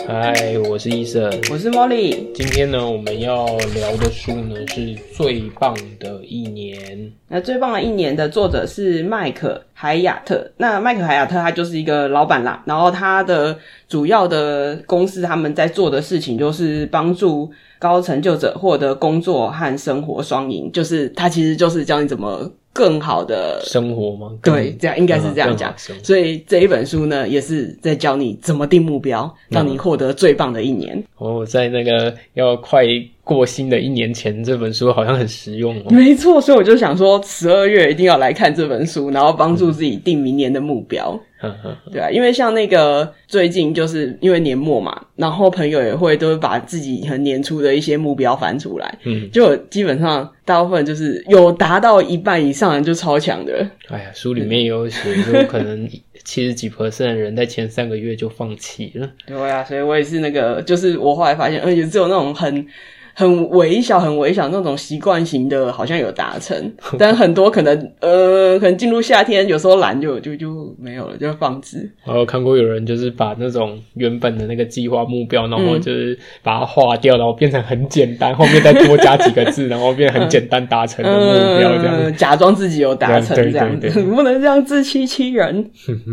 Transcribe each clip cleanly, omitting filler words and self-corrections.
嗨，我是医生， 我是 Molly。 今天呢，我们要聊的书呢是最棒的一年。 那最棒的一年的作者是麦克海亚特。那麦克海亚特他就是一个老板啦，然后他的主要的公司他们在做的事情就是帮助高成就者获得工作和生活双赢，就是他其实就是教你怎么更好的生活吗？ 对，这样应该是这样讲。所以这一本书呢，也是在教你怎么定目标，让你获得最棒的一年。 在那个要快过新的一年前，这本书好像很实用哦。 没错，所以我就想说12月一定要来看这本书，然后帮助自己定明年的目标。对啊，因为像那个最近就是因为年末嘛，然后朋友也都会把自己很年初的一些目标翻出来，就基本上大部分就是有达到一半以上的就超强的。 哎呀，书里面也有写说可能70几%的人在前3个月就放弃了。 对啊，所以我也是那个，就是我后来发现，也只有那种很微小那种习惯型的好像有达成，但很多可能进入夏天有时候懒就没有了，就放置。 我有看过有人就是把那种原本的那个计划目标，然后就是把它划掉，然后变成很简单，后面再多加几个字，然后变成很简单达成的目标这样假装自己有达成这样子，不能这样自欺欺人。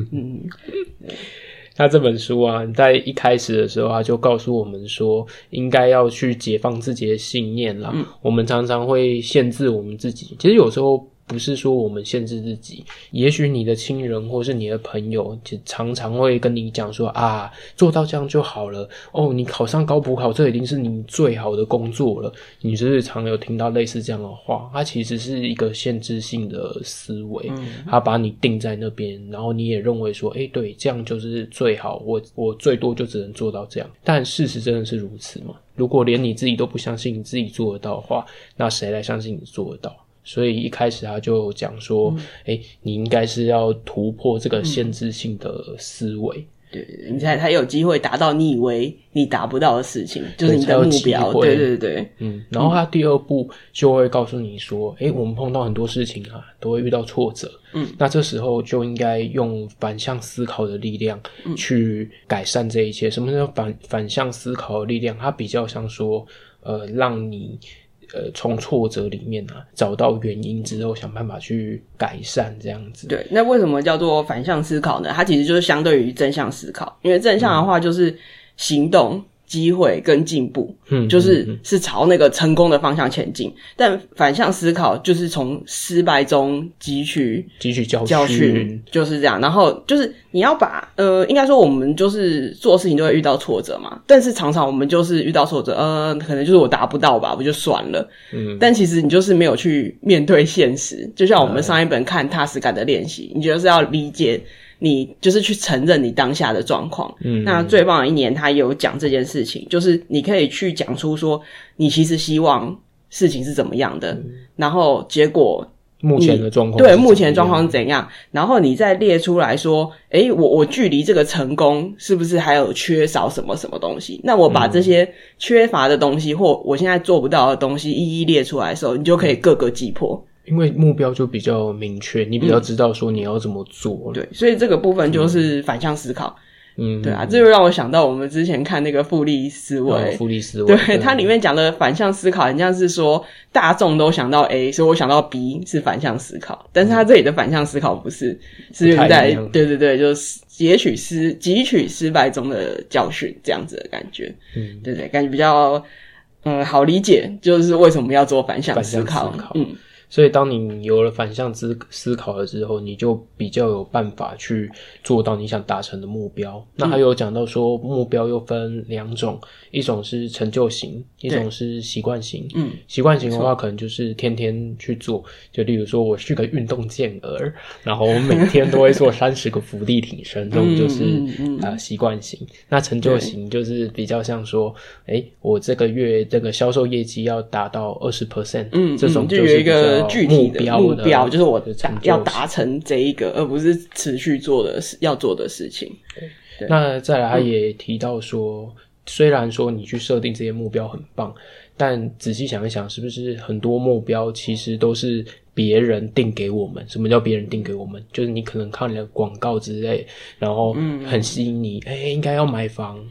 那这本书啊，在一开始的时候他就告诉我们说应该要去解放自己的信念啦。我们常常会限制我们自己，其实有时候不是说我们限制自己，也许你的亲人或是你的朋友就常常会跟你讲说啊，做到这样就好了，你考上高补考这已经是你最好的工作了，你是不是常有听到类似这样的话？它其实是一个限制性的思维，它把你定在那边，然后你也认为说对，这样就是最好，我最多就只能做到这样。但事实真的是如此吗？如果连你自己都不相信你自己做得到的话，那谁来相信你做得到？所以一开始他就讲说你应该是要突破这个限制性的思维， 对，你才有机会达到你以为你达不到的事情，就是你的目标。对， 然后他第二步就会告诉你说我们碰到很多事情啊都会遇到挫折，那这时候就应该用反向思考的力量去改善这一切。什么叫反向思考的力量？它比较像说让你从挫折里面找到原因之后想办法去改善这样子。对， 那为什么叫做反向思考呢？它其实就是相对于正向思考，因为正向的话就是行动、机会跟进步，就是朝那个成功的方向前进。但反向思考就是从失败中汲取教训，就是这样。然后就是你要把应该说我们就是做事情都会遇到挫折嘛，但是常常我们就是遇到挫折可能就是我达不到吧，我就算了。但其实你就是没有去面对现实，就像我们上一本看踏实感的练习，你就是要理解你就是去承认你当下的状况。那最棒的一年他也有讲这件事情，就是你可以去讲出说你其实希望事情是怎么样的，然后结果目前的状况对目前的状况是怎样，然后你再列出来说我距离这个成功是不是还有缺少什么什么东西，那我把这些缺乏的东西或我现在做不到的东西一一列出来的时候，你就可以各个击破， 因为目标就比较明确，你比较知道说你要怎么做。 对，所以这个部分就是反向思考。对啊，这就让我想到我们之前看那个复利思维。对，它里面讲的反向思考很像是说大众都想到 A， 所以我想到 B 是反向思考，但是它这里的反向思考不是，是在对，就是汲取失败中的教训这样子的感觉。对，感觉比较好理解，就是为什么要做反向思考。 所以当你有了反向思考了之后，你就比较有办法去做到你想达成的目标。那还有讲到说目标又分2种，一种是成就型，一种是习惯型。习惯型的话可能就是天天去做，就例如说我是个运动健儿，然后我每天都会做30个伏地挺身，这种就是习惯型。那成就型就是比较像说我这个月这个销售业绩要达到 20%，这种就是比较具体的目标，就是我要达成这一个，而不是持续要做的事情。 对，那再来他也提到说虽然说你去设定这些目标很棒，但仔细想一想，是不是很多目标其实都是别人定给我们？什么叫别人定给我们？就是你可能看了广告之类，然后很吸引你，应该要买房，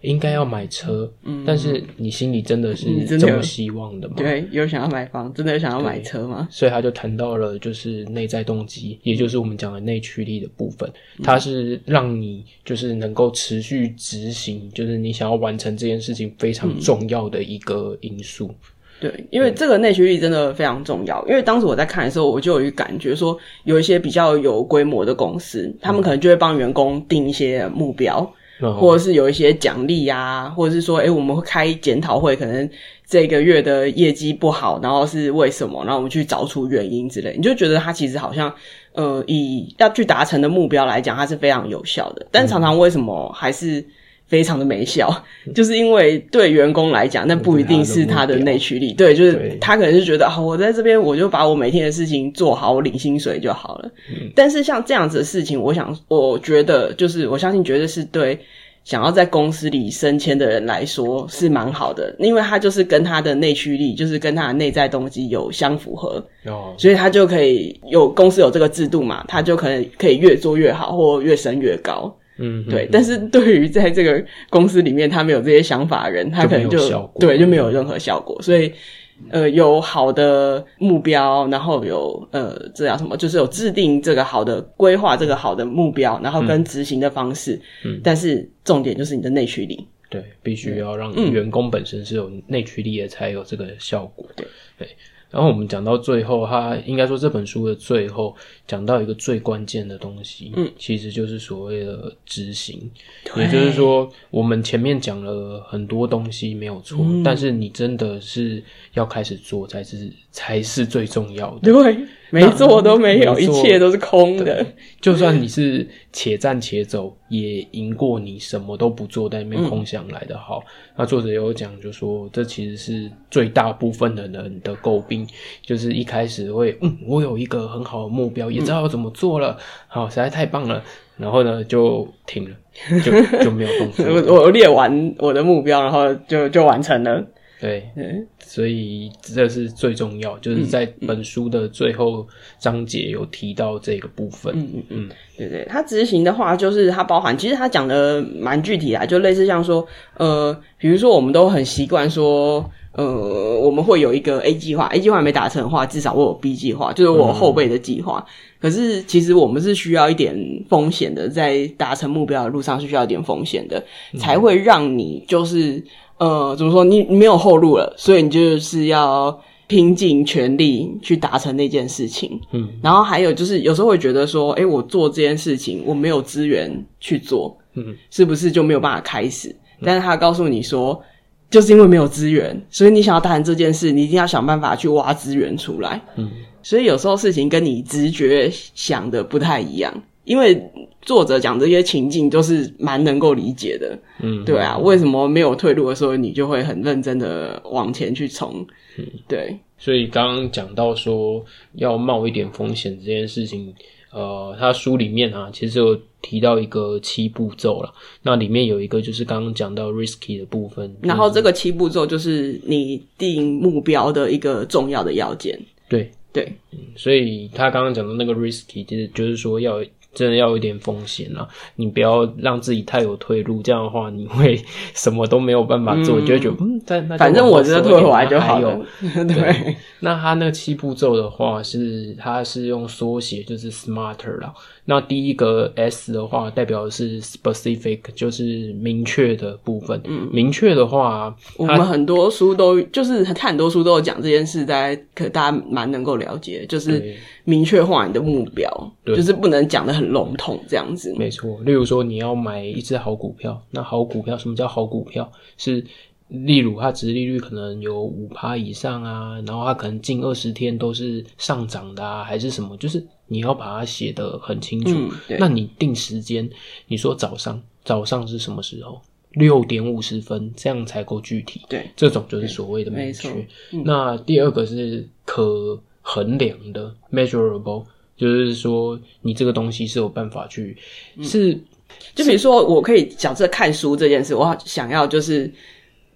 应该要买车，但是你心里真的是这么希望的吗？ 对，有想要买房，真的有想要买车吗？ 所以他就谈到了就是内在动机，也就是我们讲的内驱力的部分，它是让你就是能够持续执行，就是你想要完成这件事情非常重要的一个因素。 对，因为这个内驱力真的非常重要。因为当时我在看的时候，我就有一个感觉说，有一些比较有规模的公司，他们可能就会帮员工定一些目标，或者是有一些奖励啊，或者是说，我们会开检讨会，可能这个月的业绩不好，然后是为什么，然后我们去找出原因之类，你就觉得它其实好像以要去达成的目标来讲，它是非常有效的。但常常为什么还是非常的没效，就是因为对员工来讲，那不一定是他的内驱力。对，就是他可能是觉得我在这边我就把我每天的事情做好，我领薪水就好了。但是像这样子的事情，我觉得就是我相信绝对是对想要在公司里升迁的人来说是蛮好的，因为他就是跟他的内驱力，就是跟他的内在动机有相符合，所以他就可以公司有这个制度嘛，他就可以越做越好，或越升越高。对，但是对于在这个公司里面他没有这些想法的人，他可能就没有任何效果。所以有好的目标，然后有这叫什么，就是有制定这个好的规划，这个好的目标，然后跟执行的方式，但是重点就是你的内驱力。 对，必须要让员工本身是有内驱力的，才有这个效果。对。然后我们讲到最后，他应该说这本书的最后讲到一个最关键的东西，其实就是所谓的执行。也就是说，我们前面讲了很多东西没有错，但是你真的是要开始做才是最重要的。 对，没做都没有，一切都是空的。 就算你是且战且走，也赢过你什么都不做在那边空想来的好。那作者有讲就说，这其实是最大部分的人的诟病，就是一开始会我有一个很好的目标，也知道要怎么做了，好，实在太棒了，然后呢就停了，就没有动作。 我列完我的目标，然后就完成了。 对，所以这是最重要，就是在本书的最后章节有提到这个部分。 对，他执行的话，就是他包含，其实他讲的蛮具体啊，就类似像说，比如说我们都很习惯说，我们会有一个 A 计划 ，A 计划没达成的话，至少我有 B 计划，就是我后备的计划。可是其实我们是需要一点风险的，在达成目标的路上是需要一点风险的，才会让你就是怎么说，你没有后路了，所以你就是要拼尽全力去达成那件事情。然后还有就是有时候会觉得说，我做这件事情我没有资源去做，是不是就没有办法开始？但是他告诉你说，就是因为没有资源，所以你想要达成这件事，你一定要想办法去挖资源出来。所以有时候事情跟你直觉想的不太一样，因为作者讲这些情境都是蛮能够理解的。对啊，为什么没有退路的时候你就会很认真的往前去冲。对， 所以刚刚讲到说要冒一点风险这件事情，他书里面其实有提到一个7步骤啦，那里面有一个就是刚刚讲到 risky 的部分， 然后这个7步骤就是你定目标的一个重要的要件。对， 所以他刚刚讲的那个 risky 就是说真的要有一点风险啦，你不要让自己太有退路，这样的话你会什么都没有办法做，你就会觉得反正我真的退回来就好了。对， 那他那个7步骤的话他是用缩写，就是 smarter 啦。那第一个 S 的话代表的是 specific， 就是明确的部分。明确的话， 我们很多书就是看很多书都有讲这件事，大家蛮能够了解，就是明确化你的目标，就是不能讲得很笼统这样子。 没错，例如说你要买一只好股票，那好股票，什么叫好股票？是例如它殖利率可能有 5% 以上啊，然后它可能近20天都是上涨的啊，还是什么，就是你要把它写得很清楚。那你定时间，你说早上是什么时候？6点50分，这样才够具体。 对， 这种就是所谓的明确。那第二个是可衡量的 measurable， 就是说你这个东西是有办法去就比如说我可以假设看书这件事，我想要就是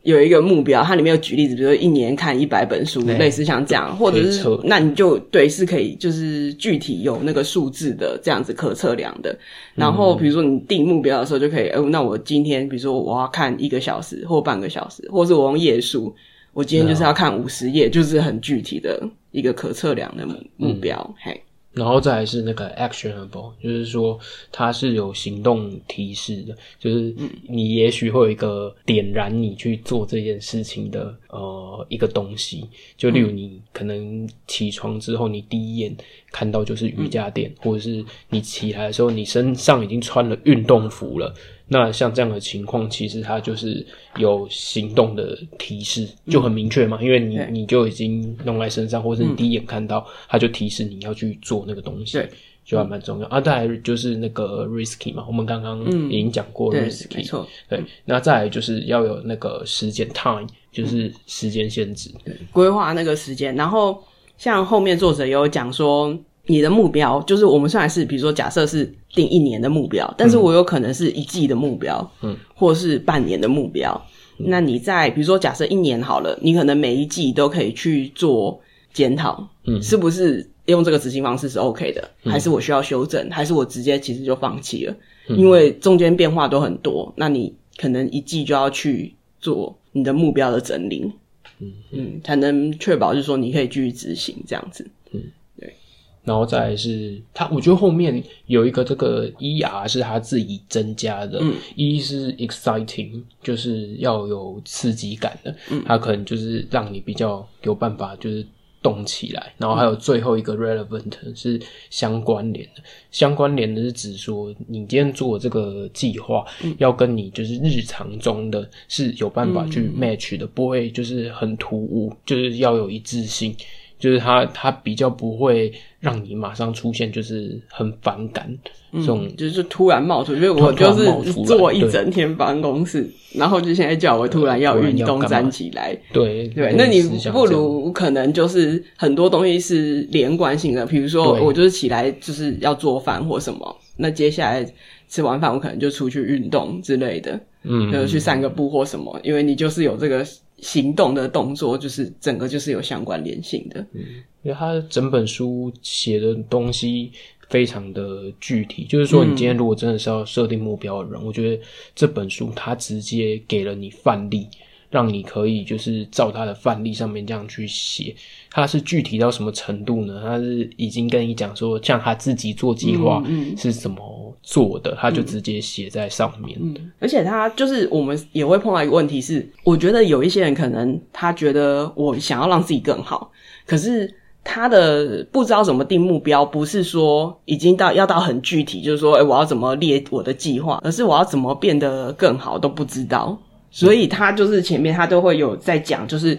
有一个目标，它里面有举例子，比如说1年看100本书，类似像这样，或者是那你就对是可以就是具体有那个数字的这样子可测量的。然后比如说你定目标的时候就可以那我今天比如说我要看1个小时或半个小时，或是我用页数，我今天就是要看50页，就是很具体的一个可测量的目标。嘿， 然后再来是那个 actionable， 就是说它是有行动提示的，就是你也许会有一个点燃你去做这件事情的一个东西，就例如你可能起床之后你第一眼看到就是瑜伽垫，或者是你起来的时候你身上已经穿了运动服了，那像这样的情况其实它就是有行动的提示，就很明确嘛，因为你就已经弄在身上，或者是你第一眼看到它就提示你要去做那个东西，就还蛮重要啊。再来就是那个 risky 嘛，我们刚刚已经讲过 risky， 没错， 对，那再来就是要有那个时间 time， 就是时间限制， 规划那个时间。然后像后面作者也有讲说，你的目标就是我们虽然是比如说假设是定1年的目标，但是我有可能是1季的目标，或是半年的目标。那你在比如说假设1年好了，你可能每一季都可以去做检讨，是不是用这个执行方式是 OK 的，还是我需要修正，还是我直接其实就放弃了，因为中间变化都很多，那你可能1季就要去做你的目标的整理，才能确保就是说你可以继续执行这样子。 然后再来是我觉得后面有一个这个 ER 是他自己增加的，E 是 exciting， 就是要有刺激感的，它可能就是让你比较有办法就是动起来。然后还有最后一个 relevant 是相关联的，相关联的是指说你今天做这个计划要跟你就是日常中的是有办法去 match 的，不会就是很突兀，就是要有一致性，就是它比较不会让你马上出现就是很反感这种， 就是突然冒出，因为我就是做一整天办公室，然后就现在叫我突然要运动站起来， 对， 那你不如可能就是很多东西是连贯性的，比如说我就是起来就是要做饭或什么，那接下来吃完饭我可能就出去运动之类的，就是去散个步或什么，因为你就是有这个行动的动作，就是整个就是有相关联性的。 因为他整本书写的东西非常的具体，就是说你今天如果真的是要设定目标的人，我觉得这本书他直接给了你范例，让你可以就是照他的范例上面这样去写。他是具体到什么程度呢？他是已经跟你讲说像他自己做计划是怎么做的，他就直接写在上面。 而且他就是我们也会碰到一个问题是，我觉得有一些人可能他觉得我想要让自己更好，可是他的不知道怎么定目标，不是说已经要到很具体，就是说我要怎么列我的计划，而是我要怎么变得更好都不知道。所以他就是前面他都会有在讲，就是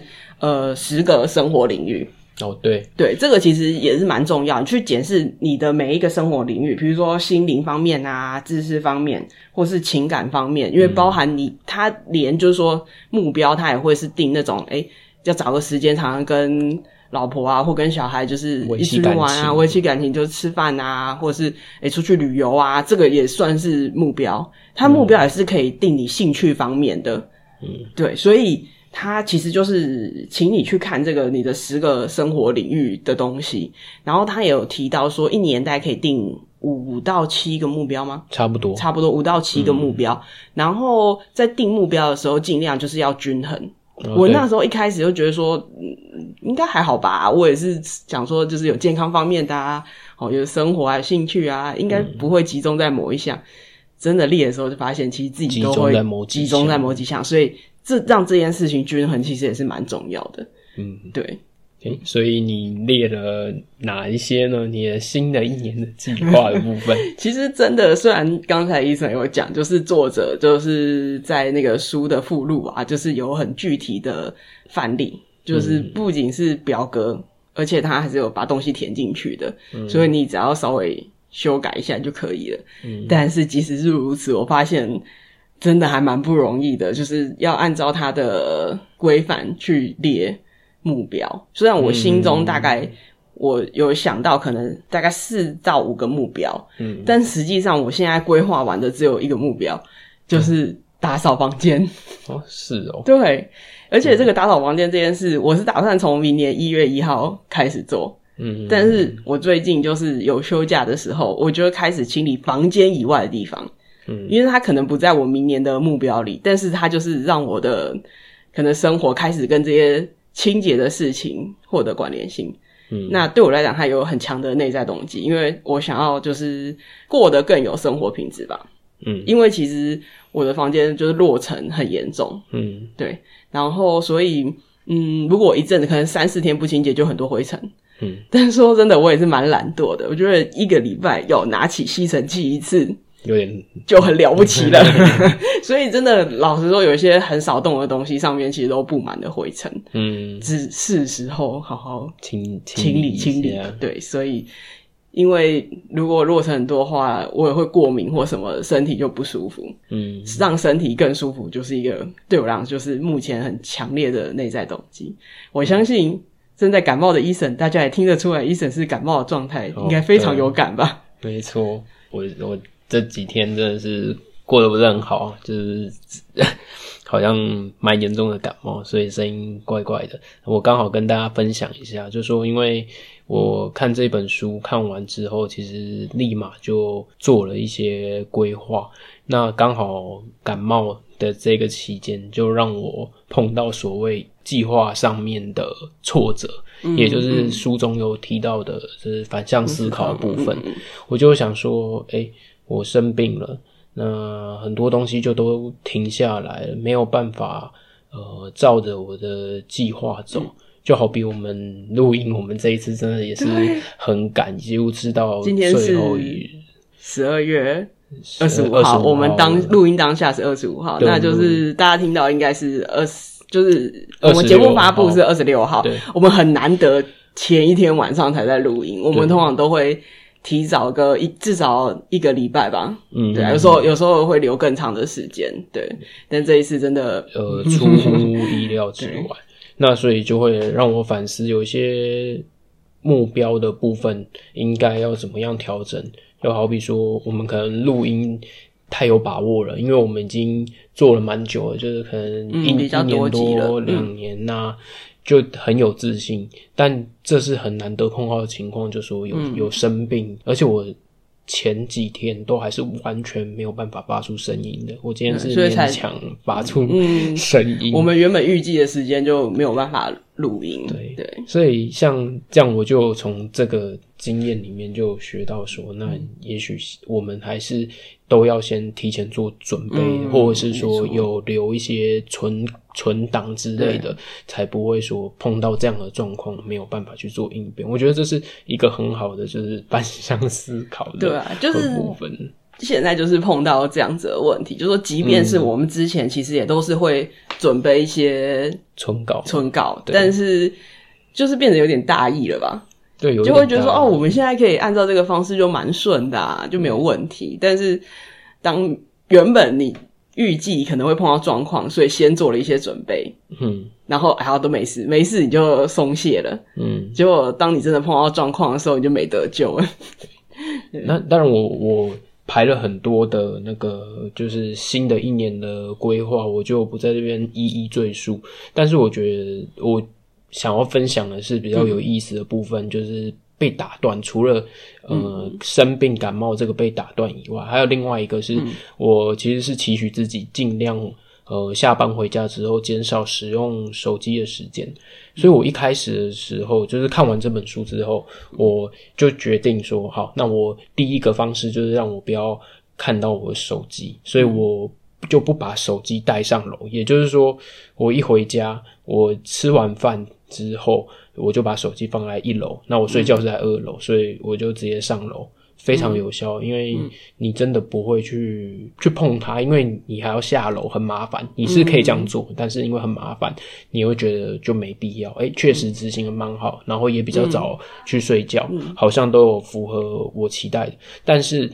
10个生活领域。 对， 这个其实也是蛮重要，你去检视你的每一个生活领域，比如说心灵方面啊、知识方面，或是情感方面，因为包含他连就是说目标他也会是定那种要找个时间常常跟老婆啊或跟小孩就是一起玩啊，维系感情就是吃饭啊，或者是出去旅游啊，这个也算是目标。他目标也是可以定你兴趣方面的，对，所以他其实就是请你去看这个你的10个生活领域的东西，然后他也有提到说1年大概可以定5到7个目标吗？差不多5到7个目标，然后在定目标的时候尽量就是要均衡。我那时候一开始就觉得说应该还好吧，我也是想说就是有健康方面的啊，有生活啊、兴趣啊，应该不会集中在某一项。真的列的时候就发现其实自己都会集中在某几项，所以让这件事情均衡其实也是蛮重要的。对。 所以你列了哪一些呢？你的新的1年的计划的部分其实真的，虽然刚才医生有讲，就是作者就是在那个书的附录啊，就是有很具体的范例，就是不仅是表格，而且他还是有把东西填进去的，所以你只要稍微修改一下就可以了。但是即使是如此，我发现真的还蛮不容易的，就是要按照他的规范去列目标。虽然我心中大概我有想到可能大概4到5个目标，但实际上我现在规划完的只有1个目标，就是打扫房间。 哦，是哦。 对，而且这个打扫房间这件事，我是打算从明年1月1号开始做。但是我最近就是有休假的时候，我就会开始清理房间以外的地方。因为它可能不在我明年的目标里，但是它就是让我的可能生活开始跟这些清洁的事情获得关联性。那对我来讲，它有很强的内在动机，因为我想要就是过得更有生活品质吧。因为其实我的房间就是落尘很严重。对，然后所以如果我一阵子可能3-4天不清洁就很多灰尘。但是说真的，我也是蛮懒惰的，我觉得1个礼拜要拿起吸尘器一次有点就很了不起了。所以真的老实说，有一些很少动的东西上面其实都布满了灰尘。只是时候好好清理。对，所以因为如果落尘很多的话，我也会过敏或什么，身体就不舒服。让身体更舒服就是一个对我来讲就是目前很强烈的内在动机。我相信正在感冒的Eason，大家也听得出来Eason是感冒的状态，应该非常有感吧。 没错，我这几天真的是过得不是很好，就是好像蛮严重的感冒，所以声音怪怪的。我刚好跟大家分享一下，就说因为我看这本书看完之后，其实立马就做了一些规划。那刚好感冒的这个期间，就让我碰到所谓计划上面的挫折，也就是书中有提到的就是反向思考的部分。我就想说我生病了，那很多东西就都停下来了，没有办法照着我的计划走。就好比我们录音，我们这一次真的也是很赶，几乎知道最后 12月25号，我们录音当下是25号，那就是大家听到应该是就是我们节目发布是26号，我们很难得前一天晚上才在录音，我们通常都会提早至少1个礼拜吧。对，有时候会留更长的时间。对，但这一次真的出乎意料之外。那所以就会让我反思，有一些目标的部分应该要怎么样调整。就好比说我们可能录音太有把握了，因为我们已经做了蛮久了，就是可能1年多2年就很有自信。但这是很难得碰到的情况，就说有生病，而且我前几天都还是完全没有办法发出声音的，我今天是勉强发出声音。 我们原本预计的时间就没有办法录音。对， 所以像这样，我就从这个经验里面就学到说，那也许我们还是都要先提前做准备，或者是说有留一些存档之类的，才不会说碰到这样的状况没有办法去做应变。我觉得这是一个很好的就是反向思考的部分。 现在就是碰到这样子的问题，就是说即便是我们之前其实也都是会准备一些存稿，但是就是变得有点大意了吧。 对， 就会觉得说我们现在可以按照这个方式就蛮顺的就没有问题。但是当原本你预计可能会碰到状况，所以先做了一些准备，然后都没事你就松懈了，结果当你真的碰到状况的时候，你就没得救了。 那当然我排了很多的那个就是新的1年的规划，我就不在这边一一赘述。但是我觉得我想要分享的是比较有意思的部分，就是被打断，除了生病感冒这个被打断以外，还有另外一个是我其实是期许自己尽量下班回家之后减少使用手机的时间。所以我一开始的时候就是看完这本书之后，我就决定说好，那我第一个方式就是让我不要看到我的手机，所以我就不把手机带上楼。也就是说我一回家，我吃完饭之后我就把手机放在1楼，那我睡觉是在2楼，所以我就直接上楼，非常有效。因为你真的不会去碰它，因为你还要下楼很麻烦。你是可以这样做，但是因为很麻烦，你会觉得就没必要。确实执行的蛮好，然后也比较早去睡觉，好像都有符合我期待的。但是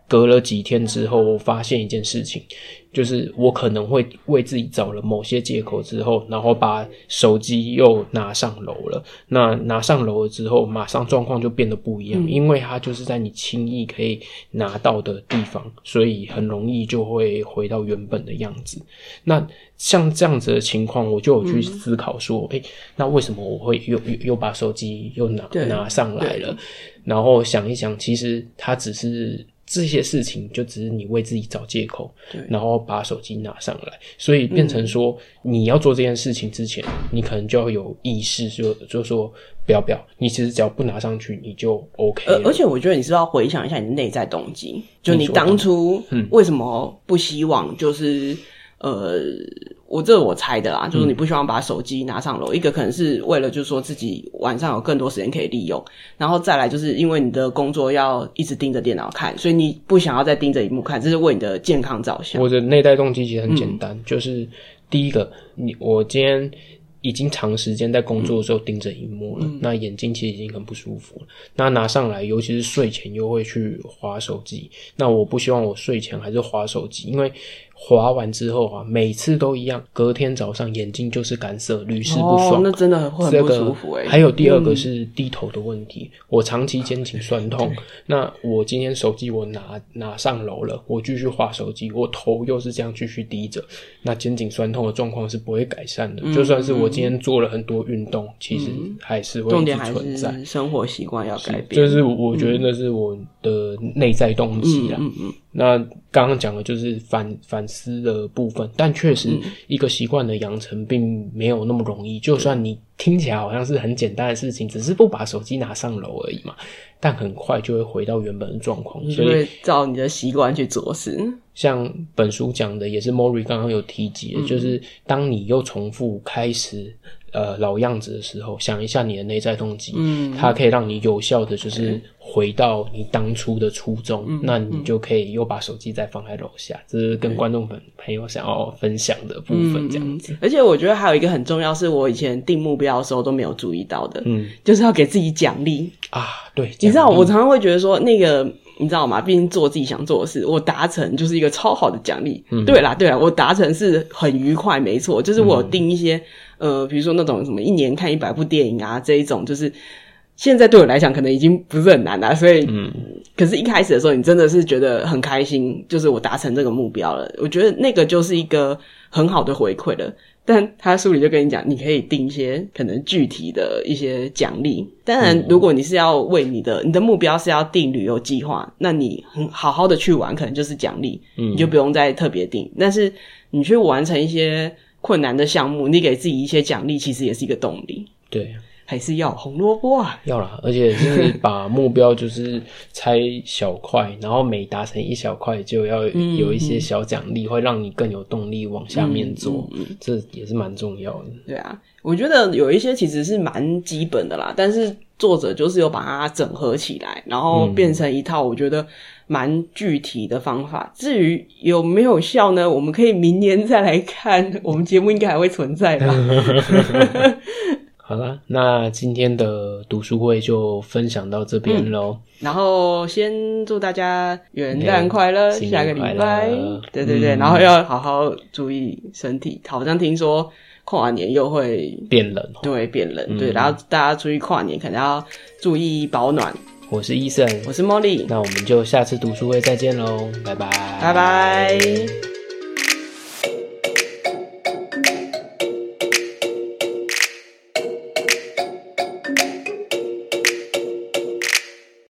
隔了几天之后，我发现一件事情，就是我可能会为自己找了某些借口之后，然后把手机又拿上楼了。那拿上楼了之后，马上状况就变得不一样，因为它就是在你轻易可以拿到的地方，所以很容易就会回到原本的样子。那像这样子的情况，我就有去思考说，那为什么我会又把手机又拿上来了？然后想一想，其实它只是这些事情就只是你为自己找借口，然后把手机拿上来，所以变成说，你要做这件事情之前，你可能就要有意识，就说不要，你其实只要不拿上去，你就 OK 了。 而且我觉得你是要回想一下你的内在动机，就你当初为什么不希望就是我猜的啦，就是你不希望把手机拿上楼，一个可能是为了就是说自己晚上有更多时间可以利用，然后再来就是因为你的工作要一直盯着电脑看，所以你不想要再盯着萤幕看，这是为你的健康着想。 我的内在动机其实很简单，就是第一个，我今天已经长时间在工作的时候盯着萤幕了，那眼睛其实已经很不舒服了。那拿上来，尤其是睡前又会去滑手机，那我不希望我睡前还是滑手机，因为滑完之后啊，每次都一样，隔天早上眼睛就是干涩，屡试不爽。 那真的会很不舒服还有第二个是低头的问题，我长期肩颈酸痛，那我今天手机我拿上楼了，我继续滑手机，我头又是这样继续低着，那肩颈酸痛的状况是不会改善的。就算是我今天做了很多运动，其实还是会一直存在。重点还是生活习惯要改变。 就是我觉得那是我的内在动机啦。那刚刚讲的就是反思的部分，但确实一个习惯的养成并没有那么容易，就算你听起来好像是很简单的事情，只是不把手机拿上楼而已嘛，但很快就会回到原本的状况， 所以会照你的习惯去做事。 像本书讲的也是 Mori 刚刚有提及的，就是当你又重复开始老样子的时候，想一下你的内在动机，它可以让你有效的就是回到你当初的初衷，那你就可以又把手机再放在楼下，这是跟观众朋友想要分享的部分这样子。 而且我觉得还有一个很重要，是我以前定目标的时候都没有注意到的，就是要给自己奖励啊。对， 你知道我常常会觉得说那个你知道吗？毕竟做自己想做的事，我达成就是一个超好的奖励。对啦，我达成是很愉快，没错。就是我有定一些比如说那种什么1年看100部电影啊，这一种就是现在对我来讲可能已经不是很难啦，所以可是一开始的时候你真的是觉得很开心，就是我达成这个目标了，我觉得那个就是一个很好的回馈了。但他书里就跟你讲，你可以定一些可能具体的一些奖励。当然如果你是要为你的目标是要定旅游计划，那你很好好的去玩可能就是奖励，你就不用再特别定。但是你去完成一些困难的项目，你给自己一些奖励其实也是一个动力。 对， 还是要红萝卜啊， 要啦，而且是把目标就是拆小块，然后每达成一小块就要有一些小奖励，会让你更有动力往下面做，这也是蛮重要的。 对啊，我觉得有一些其实是蛮基本的啦，但是作者就是有把它整合起来，然后变成一套我觉得蛮具体的方法。至于有没有效呢，我们可以明年再来看，我们节目应该还会存在吧。 好啦，那今天的读书会就分享到这边咯。 然后先祝大家元旦快乐，下个礼拜，对，然后要好好注意身体，好像听说跨年又会变冷， 对，变冷，对，然后大家注意跨年可能要注意保暖。 我是医生， 我是茉莉， 那我们就下次读书会再见咯，拜拜， 拜拜。